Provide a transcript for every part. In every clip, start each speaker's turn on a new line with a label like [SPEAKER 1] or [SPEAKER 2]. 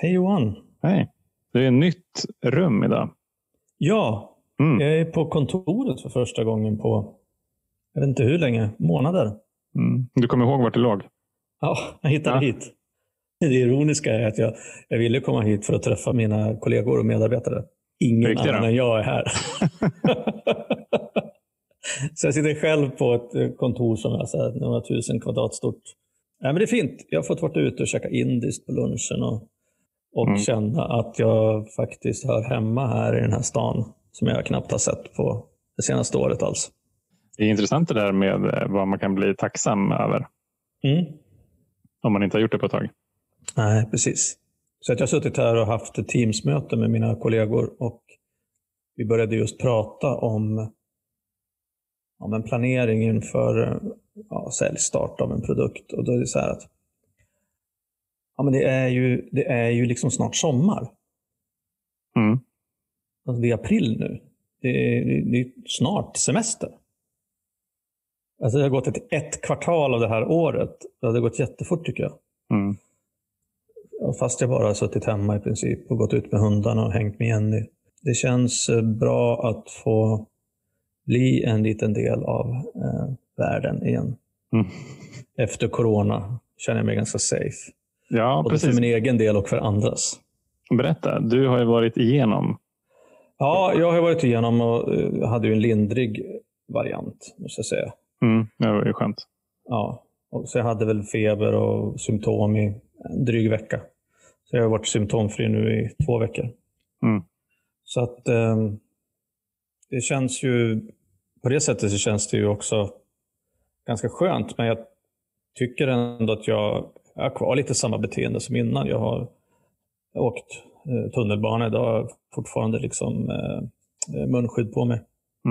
[SPEAKER 1] Hej Johan.
[SPEAKER 2] Hej. Det är ett nytt rum idag.
[SPEAKER 1] Ja, jag är på kontoret för första gången på, jag vet inte hur länge, månader.
[SPEAKER 2] Du kommer ihåg vart du låg?
[SPEAKER 1] Ja, jag hittade hit. Det ironiska är att jag ville komma hit för att träffa mina kollegor och medarbetare. Ingen annan än jag är här. Så jag sitter själv på ett kontor som är några 1000 kvadrat stort. Ja, men det är fint. Jag har fått vara ute och käka indiskt på lunchen och känna att jag faktiskt hör hemma här i den här stan som jag knappt har sett på det senaste året alls.
[SPEAKER 2] Det är intressant det där med vad man kan bli tacksam över. Om man inte har gjort det på ett tag.
[SPEAKER 1] Nej, precis. Så att jag har suttit här och haft ett Teams-möte med mina kollegor och vi började just prata om en planering inför säljstart av en produkt. Och då är det så här att men det är ju liksom snart sommar. Alltså det är april nu. Det är snart semester. Alltså det har gått ett kvartal av det här året. Det har gått jättefort tycker jag. Fast jag bara har suttit hemma i princip och gått ut med hundarna och hängt med Jenny. Det känns bra att få bli en liten del av världen igen. Efter corona känner jag mig ganska safe.
[SPEAKER 2] Ja,
[SPEAKER 1] både
[SPEAKER 2] precis.
[SPEAKER 1] För min egen del och för andras.
[SPEAKER 2] Berätta, du har ju varit igenom.
[SPEAKER 1] Ja, jag har varit igenom och hade ju en lindrig variant, måste jag säga.
[SPEAKER 2] Det var ju skönt.
[SPEAKER 1] Ja, och så jag hade väl feber och symptom i en dryg vecka. Så jag har varit symptomfri nu i 2 veckor. Så att det känns ju, på det sättet så känns det ju också ganska skönt. Men jag tycker ändå att jag har kvar lite samma beteende som innan. Jag har åkt tunnelbana idag, fortfarande liksom munskydd på mig.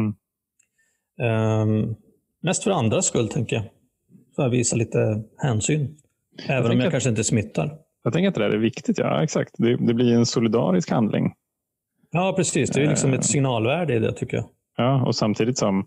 [SPEAKER 1] Mest för andras skull tänker jag. Så jag visar lite hänsyn. Även om jag kanske inte smittar.
[SPEAKER 2] Jag tänker att det där är viktigt, ja exakt. Det blir en solidarisk handling.
[SPEAKER 1] Ja precis, det är liksom ett signalvärde i det tycker jag.
[SPEAKER 2] Ja, och samtidigt som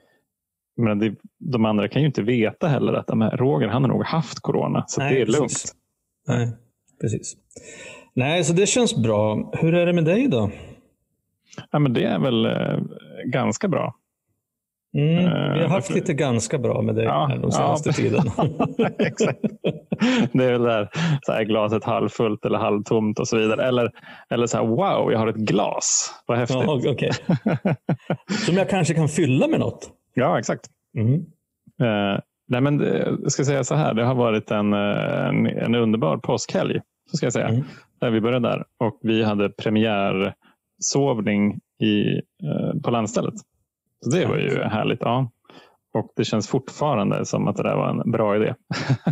[SPEAKER 2] de andra kan ju inte veta heller att Roger, han har nog haft corona. Så det är lugnt.
[SPEAKER 1] Nej, precis. Nej, så det känns bra. Hur är det med dig då?
[SPEAKER 2] Ja, men det är väl ganska bra.
[SPEAKER 1] Vi har haft lite ganska bra med dig de senaste tiden.
[SPEAKER 2] Exakt. Det är väl där så här, glaset halvfullt eller halvtomt och så vidare. Eller så här, wow, jag har ett glas. Vad häftigt.
[SPEAKER 1] Ja, okay. Som jag kanske kan fylla med något.
[SPEAKER 2] Ja, exakt. Nej, men jag ska säga så här. Det har varit en underbar påskhelg. Så ska jag säga. Där vi började där. Och vi hade premiärsovning på landstället. Så det var ju härligt, ja. Och det känns fortfarande som att det där var en bra idé.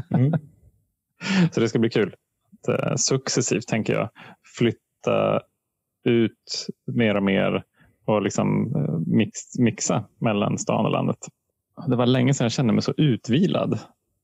[SPEAKER 2] Så det ska bli kul. Att, successivt tänker jag flytta ut mer och mer och liksom mixa mellan stan och landet. Det var länge sedan jag kände mig så utvilad.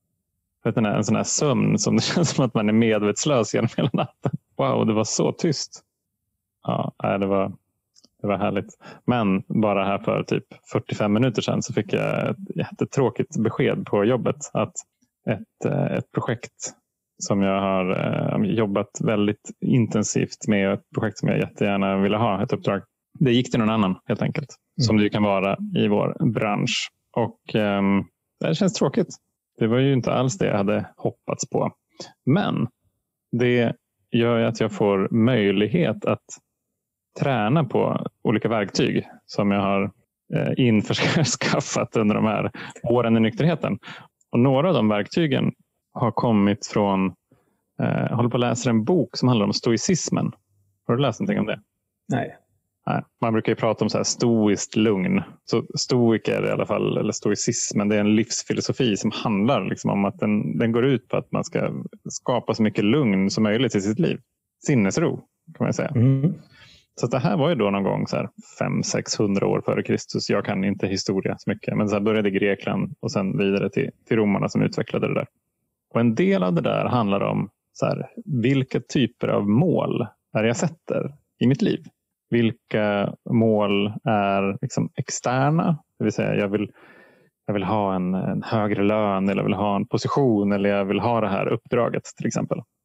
[SPEAKER 2] En sån här sömn som det känns som att man är medvetslös genom hela natten. Wow, det var så tyst. Ja, det var härligt. Men bara här för typ 45 minuter sedan så fick jag ett jättetråkigt besked på jobbet. Att ett projekt som jag har jobbat väldigt intensivt med, ett projekt som jag jättegärna ville ha, ett uppdrag. Det gick till någon annan helt enkelt. Som det ju kan vara i vår bransch. Och det känns tråkigt. Det var ju inte alls det jag hade hoppats på. Men det gör ju att jag får möjlighet att träna på olika verktyg som jag har införskaffat under de här åren i nykterheten. Och några av de verktygen har kommit från, jag håller på att läsa en bok som handlar om stoicismen. Har du läst någonting om det?
[SPEAKER 1] Nej.
[SPEAKER 2] Man brukar ju prata om så här stoiskt lugn. Så stoiker i alla fall, eller stoicismen, det är en livsfilosofi som handlar liksom om att den går ut på att man ska skapa så mycket lugn som möjligt i sitt liv. Sinnesro kan man säga. Så det här var ju då någon gång så här 500-600 år före Kristus. Jag kan inte historia så mycket. Men så här började i Grekland och sen vidare till romarna som utvecklade det där. Och en del av det där handlar om så här, vilka typer av mål är jag sätter i mitt liv. Vilka mål är liksom externa. Det vill säga jag vill ha en högre lön eller jag vill ha en position eller jag vill ha det här uppdraget till exempel.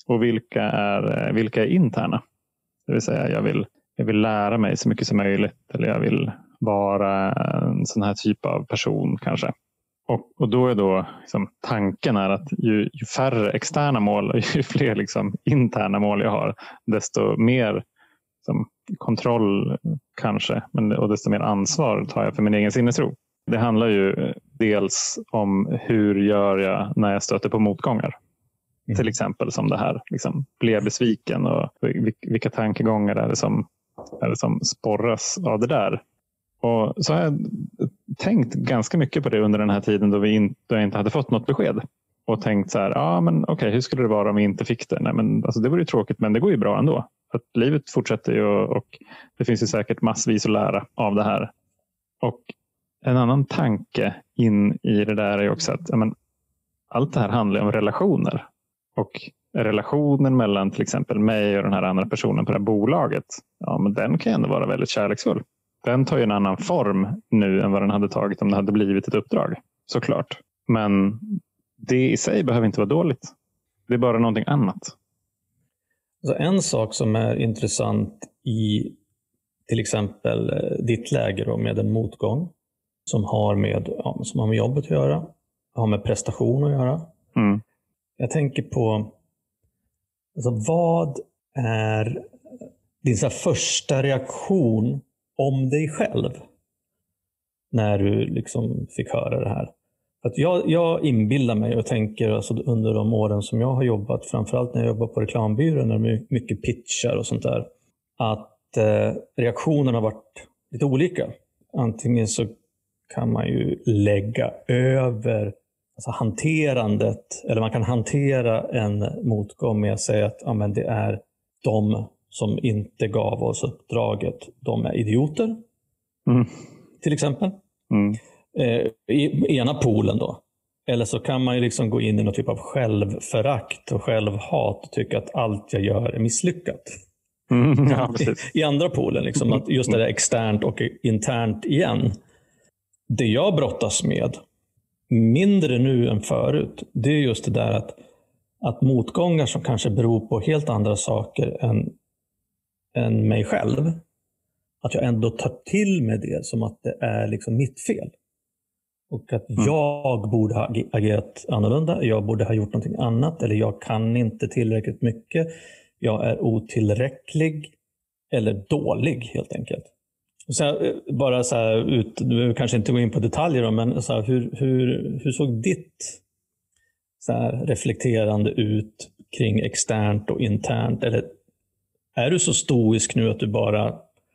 [SPEAKER 2] Och vilka är interna? Det vill säga jag vill lära mig så mycket som möjligt. Eller jag vill vara en sån här typ av person kanske. Och då är liksom, tanken är att ju färre externa mål och ju fler liksom, interna mål jag har, desto mer liksom, kontroll kanske, och desto mer ansvar tar jag för min egen sinnesro. Det handlar ju dels om hur gör jag när jag stöter på motgångar. Till exempel som det här, liksom, blir jag besviken och vilka tankegångar är det som sporras av det där. Och så har jag tänkt ganska mycket på det under den här tiden då jag inte hade fått något besked. Och tänkt så här, hur skulle det vara om vi inte fick det? Nej, men alltså, det vore ju tråkigt, men det går ju bra ändå. För att livet fortsätter ju och det finns ju säkert massvis att lära av det här. Och en annan tanke in i det där är ju också att allt det här handlar om relationer. Och relationen mellan till exempel mig och den här andra personen på det här bolaget, men den kan ju ändå vara väldigt kärleksfull. Den tar ju en annan form nu än vad den hade tagit om det hade blivit ett uppdrag, såklart. Men det i sig behöver inte vara dåligt. Det är bara någonting annat.
[SPEAKER 1] Så en sak som är intressant i till exempel ditt läge då, med en motgång som har med jobbet att göra, har med prestation att göra.
[SPEAKER 2] Mm.
[SPEAKER 1] Jag tänker på vad är din första reaktion om dig själv när du liksom fick höra det här? Att jag inbillar mig och tänker under de åren som jag har jobbat, framförallt när jag jobbar på reklambyrån när det är mycket pitchar och sånt där, att reaktionerna har varit lite olika. Antingen så kan man ju lägga över hanterandet, eller man kan hantera en motgång med att säga att det är de som inte gav oss uppdraget, de är idioter. Till exempel. I ena polen då. Eller så kan man ju liksom gå in i någon typ av självförakt och självhat och tycka att allt jag gör är misslyckat.
[SPEAKER 2] Ja,
[SPEAKER 1] I andra polen, liksom, att just det där externt och internt igen. Det jag brottas med, mindre nu än förut, det är just det där att motgångar som kanske beror på helt andra saker än mig själv, att jag ändå tar till med det som att det är liksom mitt fel. Och att jag borde ha agerat annorlunda, jag borde ha gjort någonting annat, eller jag kan inte tillräckligt mycket, jag är otillräcklig eller dålig helt enkelt. Så bara så här, du kanske inte går in på detaljer då, men så här, hur såg ditt så här reflekterande ut kring externt och internt? Eller är du så stoisk nu att du bara,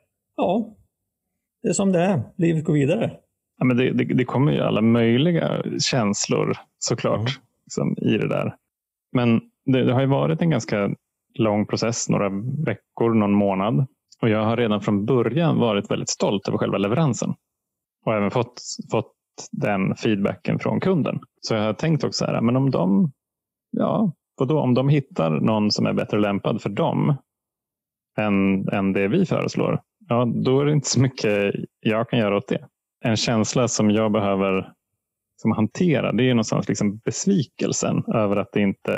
[SPEAKER 1] det är som det är, livet går vidare?
[SPEAKER 2] Ja, men det kommer ju alla möjliga känslor såklart liksom, i det där. Men det har ju varit en ganska lång process, några veckor, någon månad. Och jag har redan från början varit väldigt stolt över själva leveransen. Och även fått den feedbacken från kunden. Så jag har tänkt också här, men om de hittar någon som är bättre lämpad för dem än det vi föreslår, då är det inte så mycket jag kan göra åt det. En känsla som jag behöver hantera, det är någonstans liksom besvikelsen över att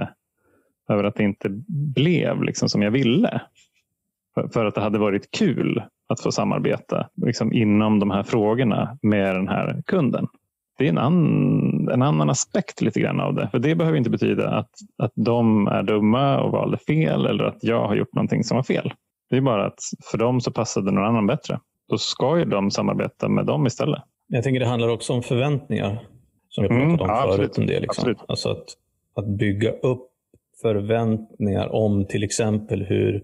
[SPEAKER 2] det inte blev liksom som jag ville. För att det hade varit kul att få samarbeta liksom inom de här frågorna med den här kunden. Det är en annan aspekt lite grann av det. För det behöver inte betyda att de är dumma och valde fel eller att jag har gjort någonting som var fel. Det är bara att för dem så passade någon annan bättre. Då ska ju de samarbeta med dem istället.
[SPEAKER 1] Jag tänker det handlar också om förväntningar. Som vi pratade om förut. Om det, liksom. Alltså att bygga upp förväntningar om till exempel hur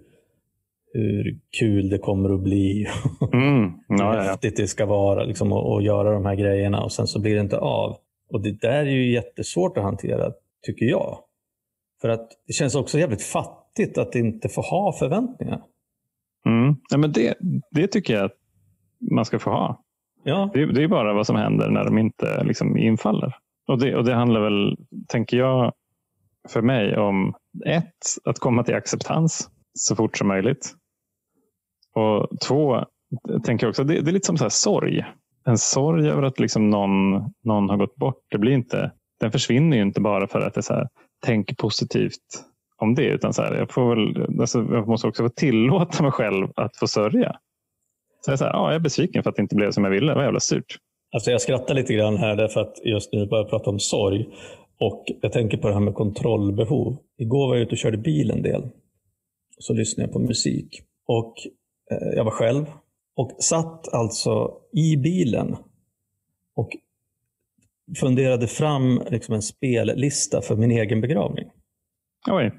[SPEAKER 1] kul det kommer att bli. Hur häftigt det ska vara liksom, och göra de här grejerna. Och sen så blir det inte av. Och det där är ju jättesvårt att hantera, tycker jag. För att det känns också jävligt fattigt att inte få ha förväntningar.
[SPEAKER 2] Ja, men det tycker jag att man ska få ha.
[SPEAKER 1] Ja.
[SPEAKER 2] Det är bara vad som händer när de inte liksom infaller. Och det handlar väl, tänker jag, för mig om att komma till acceptans så fort som möjligt. Och 2, tänker jag också, det är lite som så här sorg. En sorg över att liksom någon har gått bort. Den försvinner ju inte bara för att det så här, tänk positivt om det, utan så här, jag måste också få tillåta mig själv att få sörja. Så jag är besviken för att det inte blev som jag ville. Det var jävla surt.
[SPEAKER 1] Alltså jag skrattar lite grann här därför att just nu börjar jag prata om sorg. Och jag tänker på det här med kontrollbehov. Igår var jag ute och körde bil en del. Så lyssnade jag på musik. Och jag var själv. Och satt alltså i bilen. Och funderade fram liksom en spellista för min egen begravning.
[SPEAKER 2] Oj.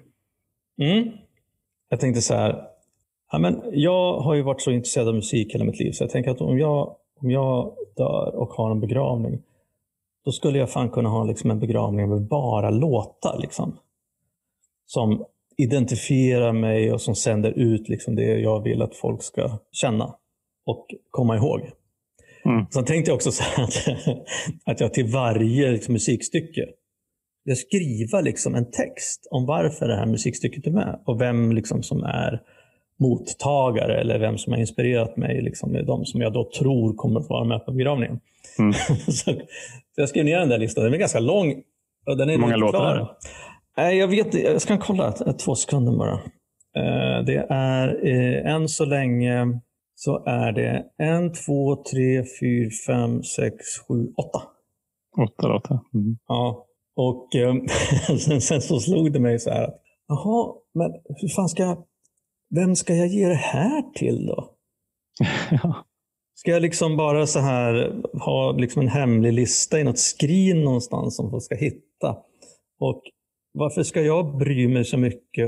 [SPEAKER 1] Jag tänkte så här. Ja, men jag har ju varit så intresserad av musik hela mitt liv. Så jag tänker att om jag dör och har en begravning. Då skulle jag fan kunna ha liksom en begravning med bara låtar. Liksom, som identifierar mig och som sänder ut liksom det jag vill att folk ska känna. Och komma ihåg. Sen tänkte jag också så här att jag till varje liksom musikstycke jag skriver liksom en text om varför det här musikstycket är med. Och vem liksom som är mottagare eller vem som har inspirerat mig. Liksom, de som jag då tror kommer att vara med på begravningen. Så jag skrev ner den där listan. Den är ganska lång. Och den är
[SPEAKER 2] många låtar?
[SPEAKER 1] Nej, jag vet inte. Jag ska kolla 2 sekunder bara. Det är än så länge så är det 1, 2, 3, 4, 5, 6, 7, 8.
[SPEAKER 2] 8 låtar.
[SPEAKER 1] Ja, och sen så slog det mig så här. Jaha, men hur fan vem ska jag ge det här till då?
[SPEAKER 2] Ja.
[SPEAKER 1] Ska jag liksom bara så här ha liksom en hemlig lista i något skrin någonstans som folk ska hitta? Och varför ska jag bry mig så mycket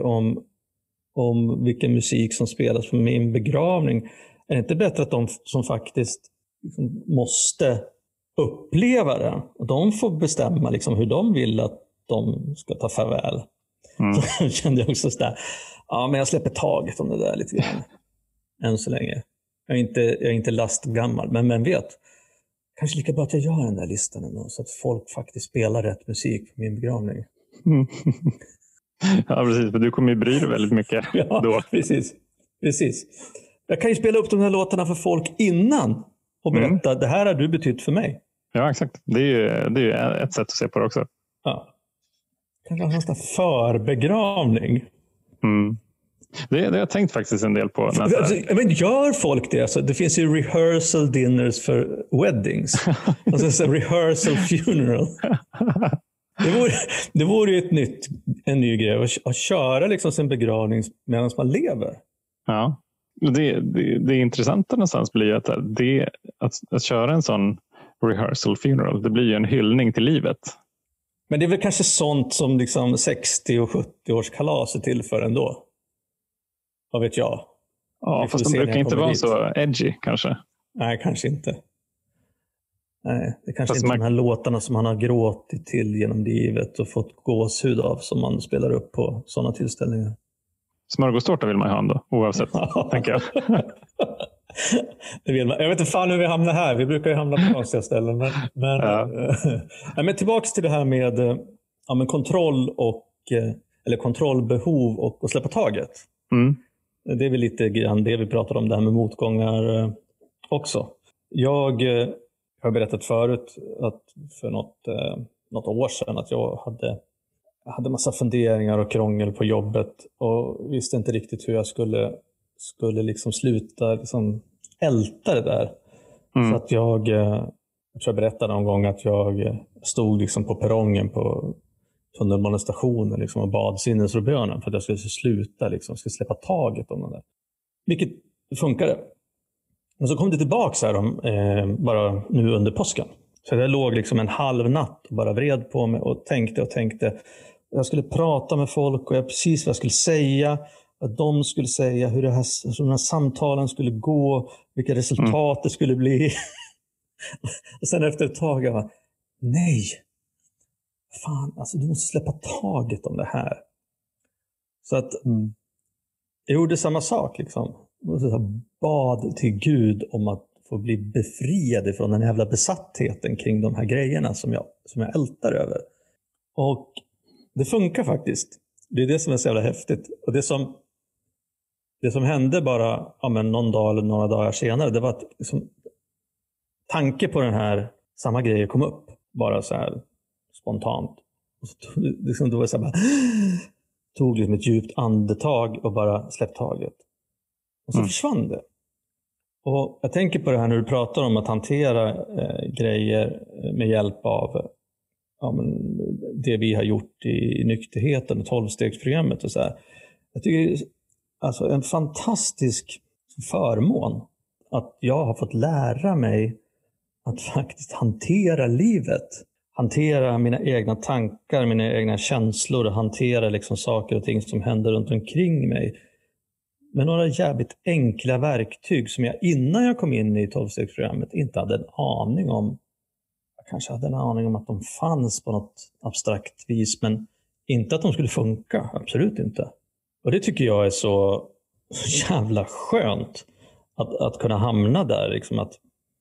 [SPEAKER 1] om vilken musik som spelas på min begravning? Är det inte bättre att de som faktiskt liksom måste uppleva det, och de får bestämma liksom hur de vill att de ska ta farväl? Så kände jag också sådär, ja men jag släpper taget om det där lite grann. Än så länge. Jag är inte lastgammal, men vet. Kanske lika bra att jag gör den där listan ändå, så att folk faktiskt spelar rätt musik på min begravning.
[SPEAKER 2] Ja, precis. För du kommer ju bry dig väldigt mycket
[SPEAKER 1] ja,
[SPEAKER 2] då.
[SPEAKER 1] Precis. Jag kan ju spela upp de här låtarna för folk innan och berätta, det här har du betytt för mig.
[SPEAKER 2] Ja, exakt. Det är ju ett sätt att se på det också.
[SPEAKER 1] Ja. Kanske ha en sån förbegravning.
[SPEAKER 2] Det har jag tänkt faktiskt en del på.
[SPEAKER 1] Men gör folk det? Alltså, det finns ju rehearsal dinners för weddings. Alltså så rehearsal funeral. Det vore ju en ny grej. Att köra liksom sin begravning medan man lever.
[SPEAKER 2] Ja. Det intressanta någonstans blir ju att köra en sån rehearsal funeral. Det blir ju en hyllning till livet.
[SPEAKER 1] Men det är väl kanske sånt som liksom 60- och 70-årskalas är till för ändå. Vad vet jag?
[SPEAKER 2] Ja, fast de brukar inte vara så edgy kanske.
[SPEAKER 1] Nej, kanske inte. Nej, det kanske inte är de här låtarna som man har gråtit till genom livet och fått gåshud av som man spelar upp på sådana tillställningar.
[SPEAKER 2] Smörgåstårta vill man ju ha ändå, oavsett, tänker jag.
[SPEAKER 1] Det vill man. Jag vet inte fan hur vi hamnar här. Vi brukar ju hamna på konstiga ställen. Men tillbaka till det här med kontroll eller kontrollbehov och släppa taget. Det är väl lite grann det vi pratar om, det här med motgångar också. Jag har berättat förut att för något år sedan att jag hade massa funderingar och krångel på jobbet och visste inte riktigt hur jag skulle liksom sluta liksom älta det där. Så att jag tror jag berättade någon gång att jag stod liksom på perrongen på tunnelbanestationen liksom och bad sinnesrobönen för att jag skulle sluta liksom, skulle släppa taget om det där. Vilket funkade. Men så kom det tillbaka här bara nu under påsken. Så jag låg liksom en halv natt och bara vred på mig och tänkte. Jag skulle prata med folk och precis vad jag skulle säga. Att de skulle säga hur de här samtalen skulle gå. Vilka resultat det skulle bli. Och sen efter ett tag jag bara, nej. Fan, alltså du måste släppa taget om det här. Så att jag gjorde samma sak liksom. Jag bad till Gud om att få bli befriad från den jävla besattheten kring de här grejerna som jag ältar över. Och det funkar faktiskt. Det är det som är så jävla häftigt. Och det som hände bara någon dag eller några dagar senare, det var att liksom, tanke på den här samma grejer kom upp. Bara så här spontant. Och så, liksom, då var det så här bara, tog liksom ett djupt andetag och bara släppte taget. Och så försvann det. Och jag tänker på det här när du pratar om att hantera grejer med hjälp av det vi har gjort i nykterheten och 12-stegsprogrammet och så här. Jag tycker det är alltså en fantastisk förmån att jag har fått lära mig att faktiskt hantera livet. Hantera mina egna tankar, mina egna känslor och hantera liksom saker och ting som händer runt omkring mig. Med några jävligt enkla verktyg som jag innan jag kom in i 12-stegsprogrammet inte hade en aning om. Jag kanske hade en aning om att de fanns på något abstrakt vis, men inte att de skulle funka. Absolut inte. Och det tycker jag är så jävla skönt att kunna hamna där. Liksom att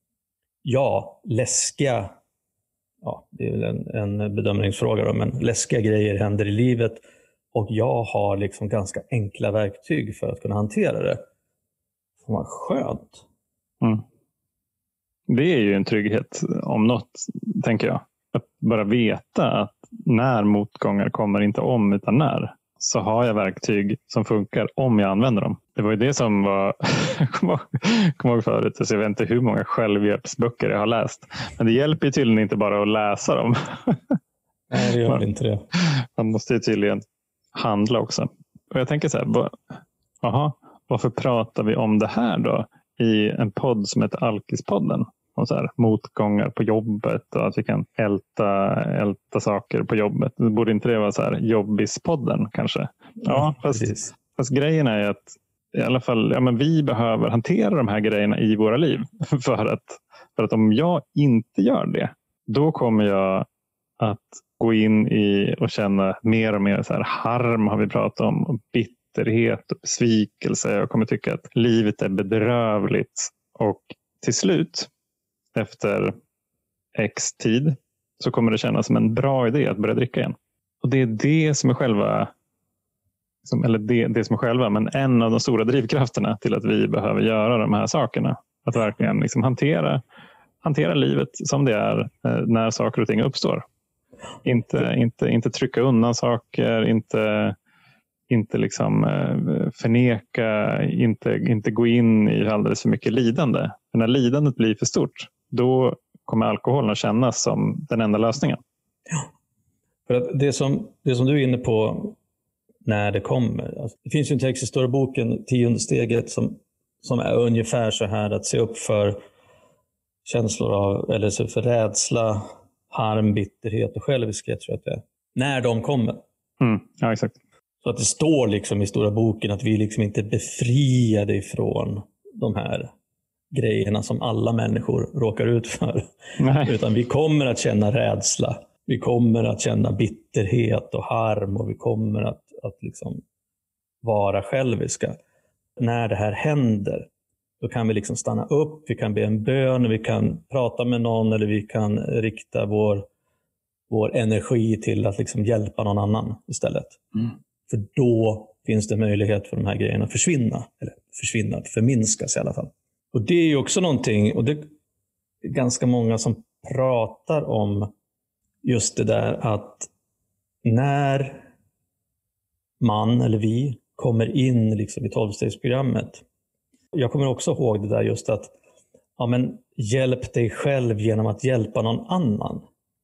[SPEAKER 1] läskiga, det är väl en bedömningsfråga då, men läskiga grejer händer i livet. Och jag har liksom ganska enkla verktyg för att kunna hantera det. Vad skönt.
[SPEAKER 2] Mm. Det är ju en trygghet om något, tänker jag. Att bara veta att när motgångar kommer inte om utan när. Så har jag verktyg som funkar om jag använder dem. Det var ju det som var, kom ihåg förut. Så jag vet inte hur många självhjälpsböcker jag har läst. Men det hjälper ju tydligen inte bara att läsa dem.
[SPEAKER 1] Nej, det gör inte det.
[SPEAKER 2] Man måste ju tydligen handla också. Och jag tänker så här, varför pratar vi om det här då i en podd som heter Alkispodden? Och så här, motgångar på jobbet och att vi kan älta saker på jobbet. Borde inte det vara så här jobbispodden kanske? Ja, fast grejen är att i alla fall vi behöver hantera de här grejerna i våra liv. För att om jag inte gör det, då kommer jag att gå in i och känna mer och mer så här harm har vi pratat om, och bitterhet och besvikelse. Jag kommer tycka att livet är bedrövligt, och till slut efter X tid så kommer det kännas som en bra idé att börja dricka igen. Och det är det som är själva, det som är själva, men en av de stora drivkrafterna till att vi behöver göra de här sakerna. Att verkligen liksom hantera livet som det är när saker och ting uppstår. Inte trycka undan saker, inte liksom förneka, inte gå in i alldeles för mycket lidande. För när lidandet blir för stort, då kommer alkoholen att kännas som den enda lösningen.
[SPEAKER 1] Ja, för att det som du är inne på när det kommer. Alltså, det finns ju en text i stora boken, 10:e steget, som är ungefär så här: att se upp för känslor av, eller så för rädsla, harm, bitterhet och själviskhet, tror jag att det är. När de kommer.
[SPEAKER 2] Ja, exakt.
[SPEAKER 1] Så att det står liksom i stora boken att vi liksom inte är befriade ifrån de här grejerna som alla människor råkar ut för. Nej. Utan vi kommer att känna rädsla. Vi kommer att känna bitterhet och harm, och vi kommer att liksom vara själviska. När det här händer, då kan vi liksom stanna upp, vi kan be en bön, vi kan prata med någon, eller vi kan rikta vår energi till att liksom hjälpa någon annan istället. För då finns det möjlighet för de här grejerna att förminskas i alla fall. Och det är ju också någonting, och det är ganska många som pratar om just det där att när man eller vi kommer in liksom i 12-stegsprogrammet. Jag kommer också ihåg det där just att hjälp dig själv genom att hjälpa någon annan.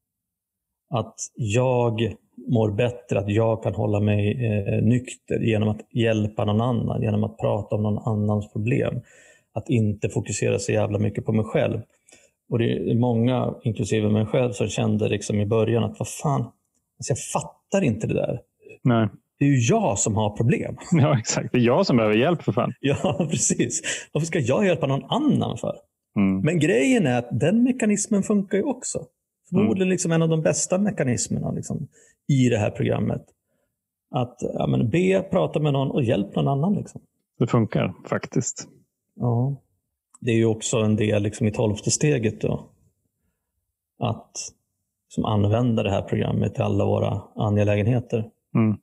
[SPEAKER 1] Att jag mår bättre, att jag kan hålla mig nykter genom att hjälpa någon annan, genom att prata om någon annans problem. Att inte fokusera så jävla mycket på mig själv. Och det är många, inklusive mig själv, som kände liksom i början att vad fan, alltså jag fattar inte det där.
[SPEAKER 2] Nej.
[SPEAKER 1] Det är ju jag som har problem.
[SPEAKER 2] Ja, exakt. Det är jag som behöver hjälp för fan.
[SPEAKER 1] Ja, precis. Varför ska jag hjälpa någon annan för? Men grejen är att den mekanismen funkar ju också. Förmodligen liksom en av de bästa mekanismerna liksom, i det här programmet. Att prata med någon och hjälpa någon annan. Liksom.
[SPEAKER 2] Det funkar faktiskt.
[SPEAKER 1] Ja. Det är ju också en del liksom, i 12:e steget då. Att som använda det här programmet till alla våra angelägenheter.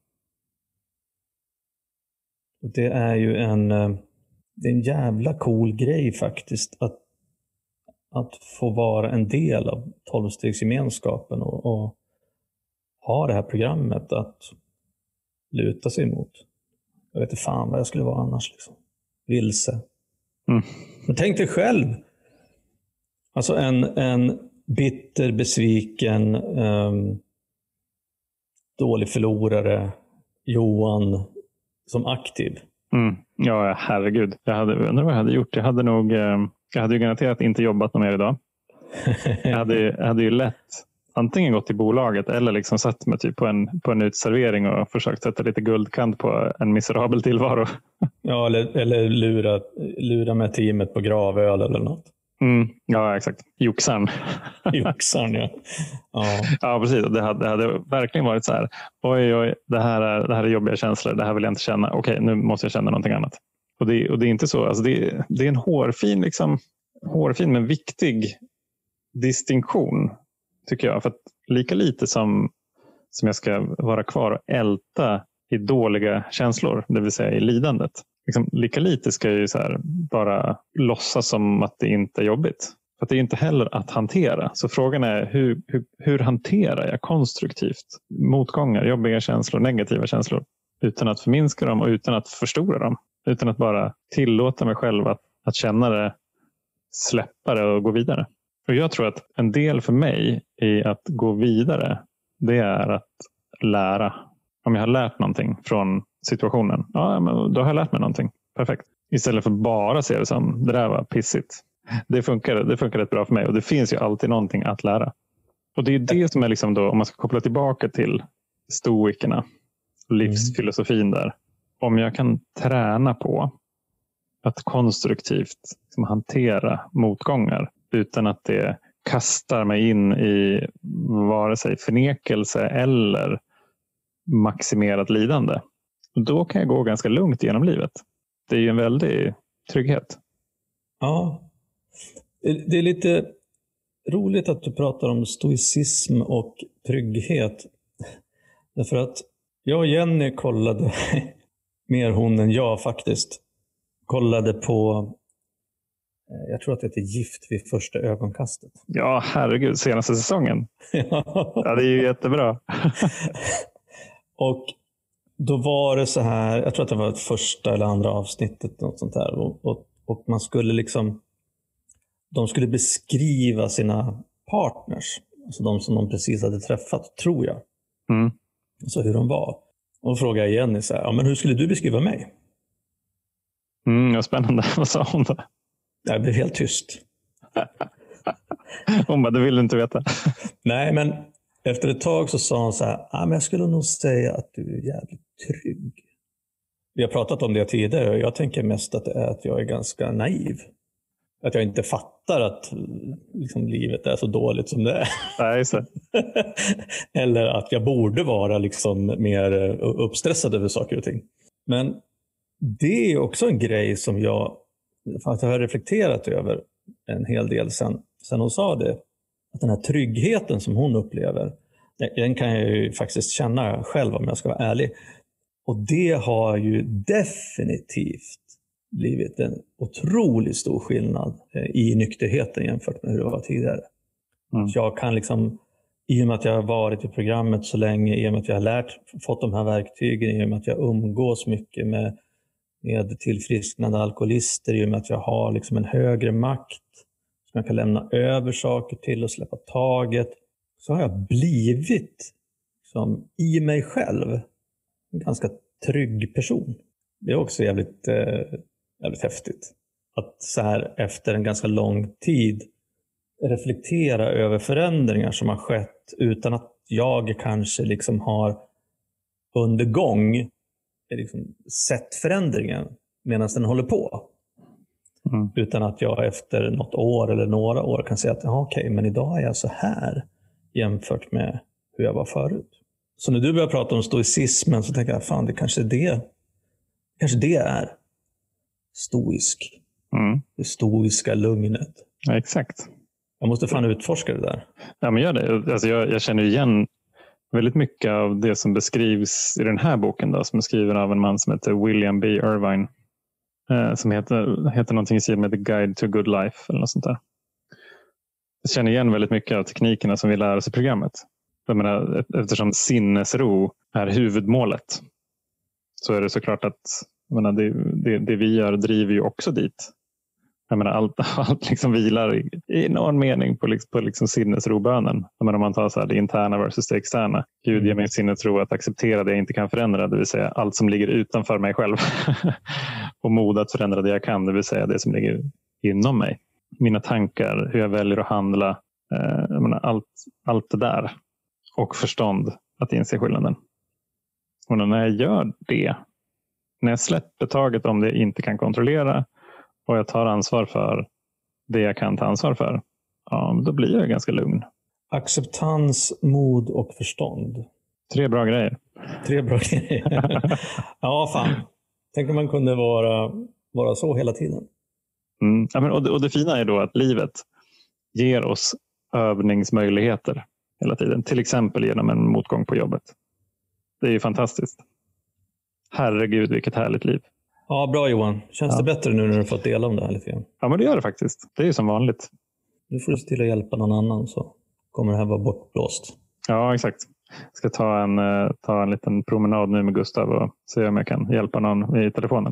[SPEAKER 1] Och det är ju det är en jävla cool grej faktiskt. Att få vara en del av 12-stegsgemenskapen och ha det här programmet. Att luta sig emot. Jag vet inte fan vad jag skulle vara annars. Liksom. Vilse. Men tänk dig själv. Alltså en bitter, besviken, dålig förlorare, Johan, som aktiv.
[SPEAKER 2] Ja, herregud. Jag undrar vad jag hade gjort. Jag hade ju garanterat inte jobbat någon mer idag. Jag hade ju lätt antingen gått till bolaget eller liksom satt mig typ på en utservering och försökt sätta lite guldkant på en miserabel tillvaro.
[SPEAKER 1] Ja, eller lura med teamet på gravöl eller något.
[SPEAKER 2] Ja, exakt. Joxarn.
[SPEAKER 1] Joxarn, ja.
[SPEAKER 2] Ja, precis. Det hade verkligen varit så här. Oj, det här är jobbiga känslor. Det här vill jag inte känna. Okej, nu måste jag känna någonting annat. Och det är inte så. Alltså det är en hårfin men viktig distinktion, tycker jag. För att lika lite som jag ska vara kvar och älta i dåliga känslor, det vill säga i lidandet. Liksom, lika lite ska jag ju så här bara låtsas som att det inte är jobbigt. För att det är inte heller att hantera. Så frågan är hur hanterar jag konstruktivt motgångar, jobbiga känslor, negativa känslor utan att förminska dem och utan att förstora dem. Utan att bara tillåta mig själv att känna det, släppa det och gå vidare. Och jag tror att en del för mig i att gå vidare, det är att lära. Om jag har lärt någonting från situationen, ja, men då har jag lärt mig någonting. Perfekt. Istället för bara se det som, det där var pissigt. Det funkar rätt bra för mig och det finns ju alltid någonting att lära. Och det är det som är liksom då, om man ska koppla tillbaka till stoikerna, livsfilosofin där. Om jag kan träna på att konstruktivt liksom hantera motgångar utan att det kastar mig in i vare sig förnekelse eller maximerat lidande. Då kan jag gå ganska lugnt genom livet. Det är ju en väldig trygghet.
[SPEAKER 1] Ja, det är lite roligt att du pratar om stoicism och trygghet. Därför att jag och Jenny kollade, mer hon än jag faktiskt, kollade på, jag tror att det heter Gift vid första ögonkastet.
[SPEAKER 2] Ja, herregud, senaste säsongen. Ja, det är ju jättebra.
[SPEAKER 1] Och då var det så här, jag tror att det var ett första eller andra avsnittet, något sånt här. Och man skulle liksom, de skulle beskriva sina partners, alltså de som de precis hade träffat, tror jag. Så hur de var. Och då frågade jag Jenny så här, ja, men hur skulle du beskriva mig?
[SPEAKER 2] Ja, spännande. Vad sa hon då?
[SPEAKER 1] Jag blev helt tyst.
[SPEAKER 2] Hon bara, det vill du inte veta.
[SPEAKER 1] Nej, men efter ett tag så sa hon så här, men jag skulle nog säga att du är jävligt trygg. Vi har pratat om det tidigare och jag tänker mest att det är att jag är ganska naiv. Att jag inte fattar att liksom, livet är så dåligt som det är.
[SPEAKER 2] Nej, så.
[SPEAKER 1] Eller att jag borde vara liksom, mer uppstressad över saker och ting. Men det är också en grej som jag har reflekterat över en hel del sen hon sa det. Att den här tryggheten som hon upplever, den kan jag ju faktiskt känna själv om jag ska vara ärlig. Och det har ju definitivt blivit en otroligt stor skillnad i nykterheten jämfört med hur det var tidigare. Jag kan liksom, i och med att jag har varit i programmet så länge, i och med att jag har fått de här verktygen, i och med att jag umgås mycket med tillfrisknande alkoholister, i och med att jag har liksom en högre makt som jag kan lämna över saker till och släppa taget, så har jag blivit liksom, i mig själv en ganska trygg person. Det är också jävligt häftigt. Att så här efter en ganska lång tid reflektera över förändringar som har skett utan att jag kanske liksom har under gång liksom sett förändringen medan den håller på. Utan att jag efter något år eller några år kan säga att okej, men idag är jag så här jämfört med hur jag var förut. Så när du börjar prata om stoicismen så tänker jag, fan, det kanske det är stoisk. Det stoiska lugnet.
[SPEAKER 2] Ja, exakt.
[SPEAKER 1] Jag måste fan utforska det där.
[SPEAKER 2] Ja, men gör det. Alltså jag känner igen väldigt mycket av det som beskrivs i den här boken då, som är skriven av en man som heter William B. Irvine. Som heter någonting i stil med The Guide to a Good Life eller något sånt där. Jag känner igen väldigt mycket av teknikerna som vi lär oss i programmet. Jag menar, eftersom sinnesro är huvudmålet så är det såklart att jag menar, det vi gör driver ju också dit. Jag menar, allt liksom vilar i någon mening på liksom sinnesrobönen. Jag menar, om man tar så här, det interna versus det externa. Gud ger mig sinnesro att acceptera det jag inte kan förändra, det vill säga allt som ligger utanför mig själv. Och mod att förändra det jag kan, det vill säga det som ligger inom mig. Mina tankar, hur jag väljer att handla. Jag menar, allt det där. Och förstånd att inse skillnaden. Och när jag gör det, när jag släpper taget om det jag inte kan kontrollera och jag tar ansvar för det jag kan ta ansvar för, ja, då blir jag ganska lugn.
[SPEAKER 1] Acceptans, mod och förstånd.
[SPEAKER 2] 3 bra grejer.
[SPEAKER 1] 3 bra grejer. Ja, fan. Tänk om man kunde vara så hela tiden.
[SPEAKER 2] Ja, men, och det fina är då att livet ger oss övningsmöjligheter hela tiden. Till exempel genom en motgång på jobbet. Det är ju fantastiskt. Herregud, vilket härligt liv.
[SPEAKER 1] Ja, bra Johan. Känns det bättre nu när du fått dela om det här lite grann?
[SPEAKER 2] Ja, men det gör det faktiskt. Det är ju som vanligt.
[SPEAKER 1] Nu får du se till att hjälpa någon annan så kommer det här vara bortblåst.
[SPEAKER 2] Ja, exakt. Jag ska ta en liten promenad nu med Gustav och se om jag kan hjälpa någon i telefonen.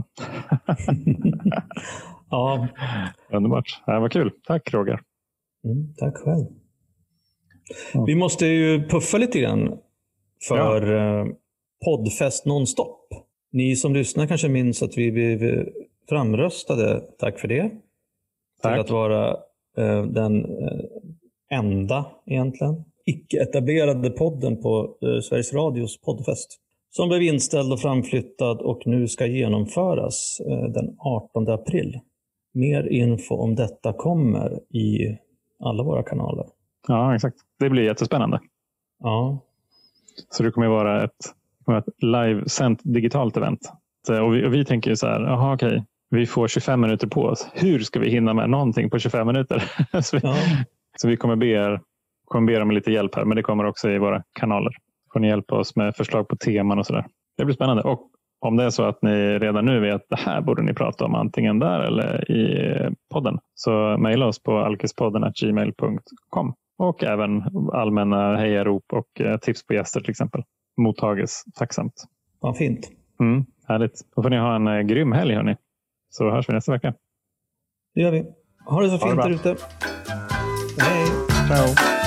[SPEAKER 1] Ja.
[SPEAKER 2] Underbart. Det var kul. Tack Roger.
[SPEAKER 1] Tack själv. Vi måste ju puffa lite grann för poddfest nonstop. Ni som lyssnar kanske minns att vi blev framröstade, tack för det. Tack. Till att vara den enda egentligen icke-etablerade podden på Sveriges Radios poddfest. Som blev inställd och framflyttad och nu ska genomföras den 18 april. Mer info om detta kommer i alla våra kanaler.
[SPEAKER 2] Ja, exakt. Det blir jättespännande.
[SPEAKER 1] Ja.
[SPEAKER 2] Så det kommer vara ett live-sänt digitalt event. Och vi tänker ju så här, okej, vi får 25 minuter på oss. Hur ska vi hinna med någonting på 25 minuter? Så vi kommer be er om lite hjälp här, men det kommer också i våra kanaler. Får ni hjälpa oss med förslag på teman och sådär. Det blir spännande. Och om det är så att ni redan nu vet att det här borde ni prata om antingen där eller i podden, så mejla oss på alkispodden@gmail.com. Och även allmänna hejarop och tips på gäster till exempel. Mottages tacksamt.
[SPEAKER 1] Vad fint.
[SPEAKER 2] Härligt. Då får ni ha en grym helg hörni. Så hörs vi nästa vecka.
[SPEAKER 1] Det gör vi. Ha det så fint där ute. Hej.
[SPEAKER 2] Ciao.